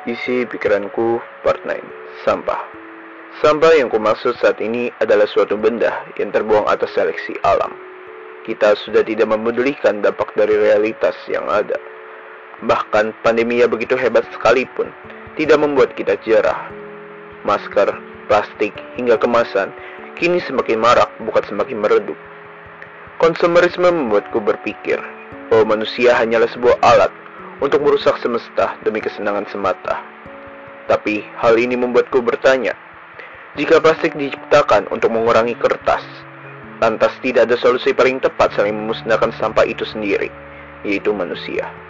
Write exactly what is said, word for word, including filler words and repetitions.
Isi pikiranku part sembilan. Sampah. Sampah yang kumaksud saat ini adalah suatu benda yang terbuang atas seleksi alam. Kita sudah tidak memedulikan dampak dari realitas yang ada. Bahkan pandemi yang begitu hebat sekalipun tidak membuat kita jerah. Masker, plastik, hingga kemasan kini semakin marak, bukan semakin meredup. Konsumerisme membuatku berpikir bahwa manusia hanyalah sebuah alat untuk merusak semesta demi kesenangan semata. Tapi hal ini membuatku bertanya, jika plastik diciptakan untuk mengurangi kertas, lantas tidak ada solusi paling tepat saling memusnahkan sampah itu sendiri, yaitu manusia.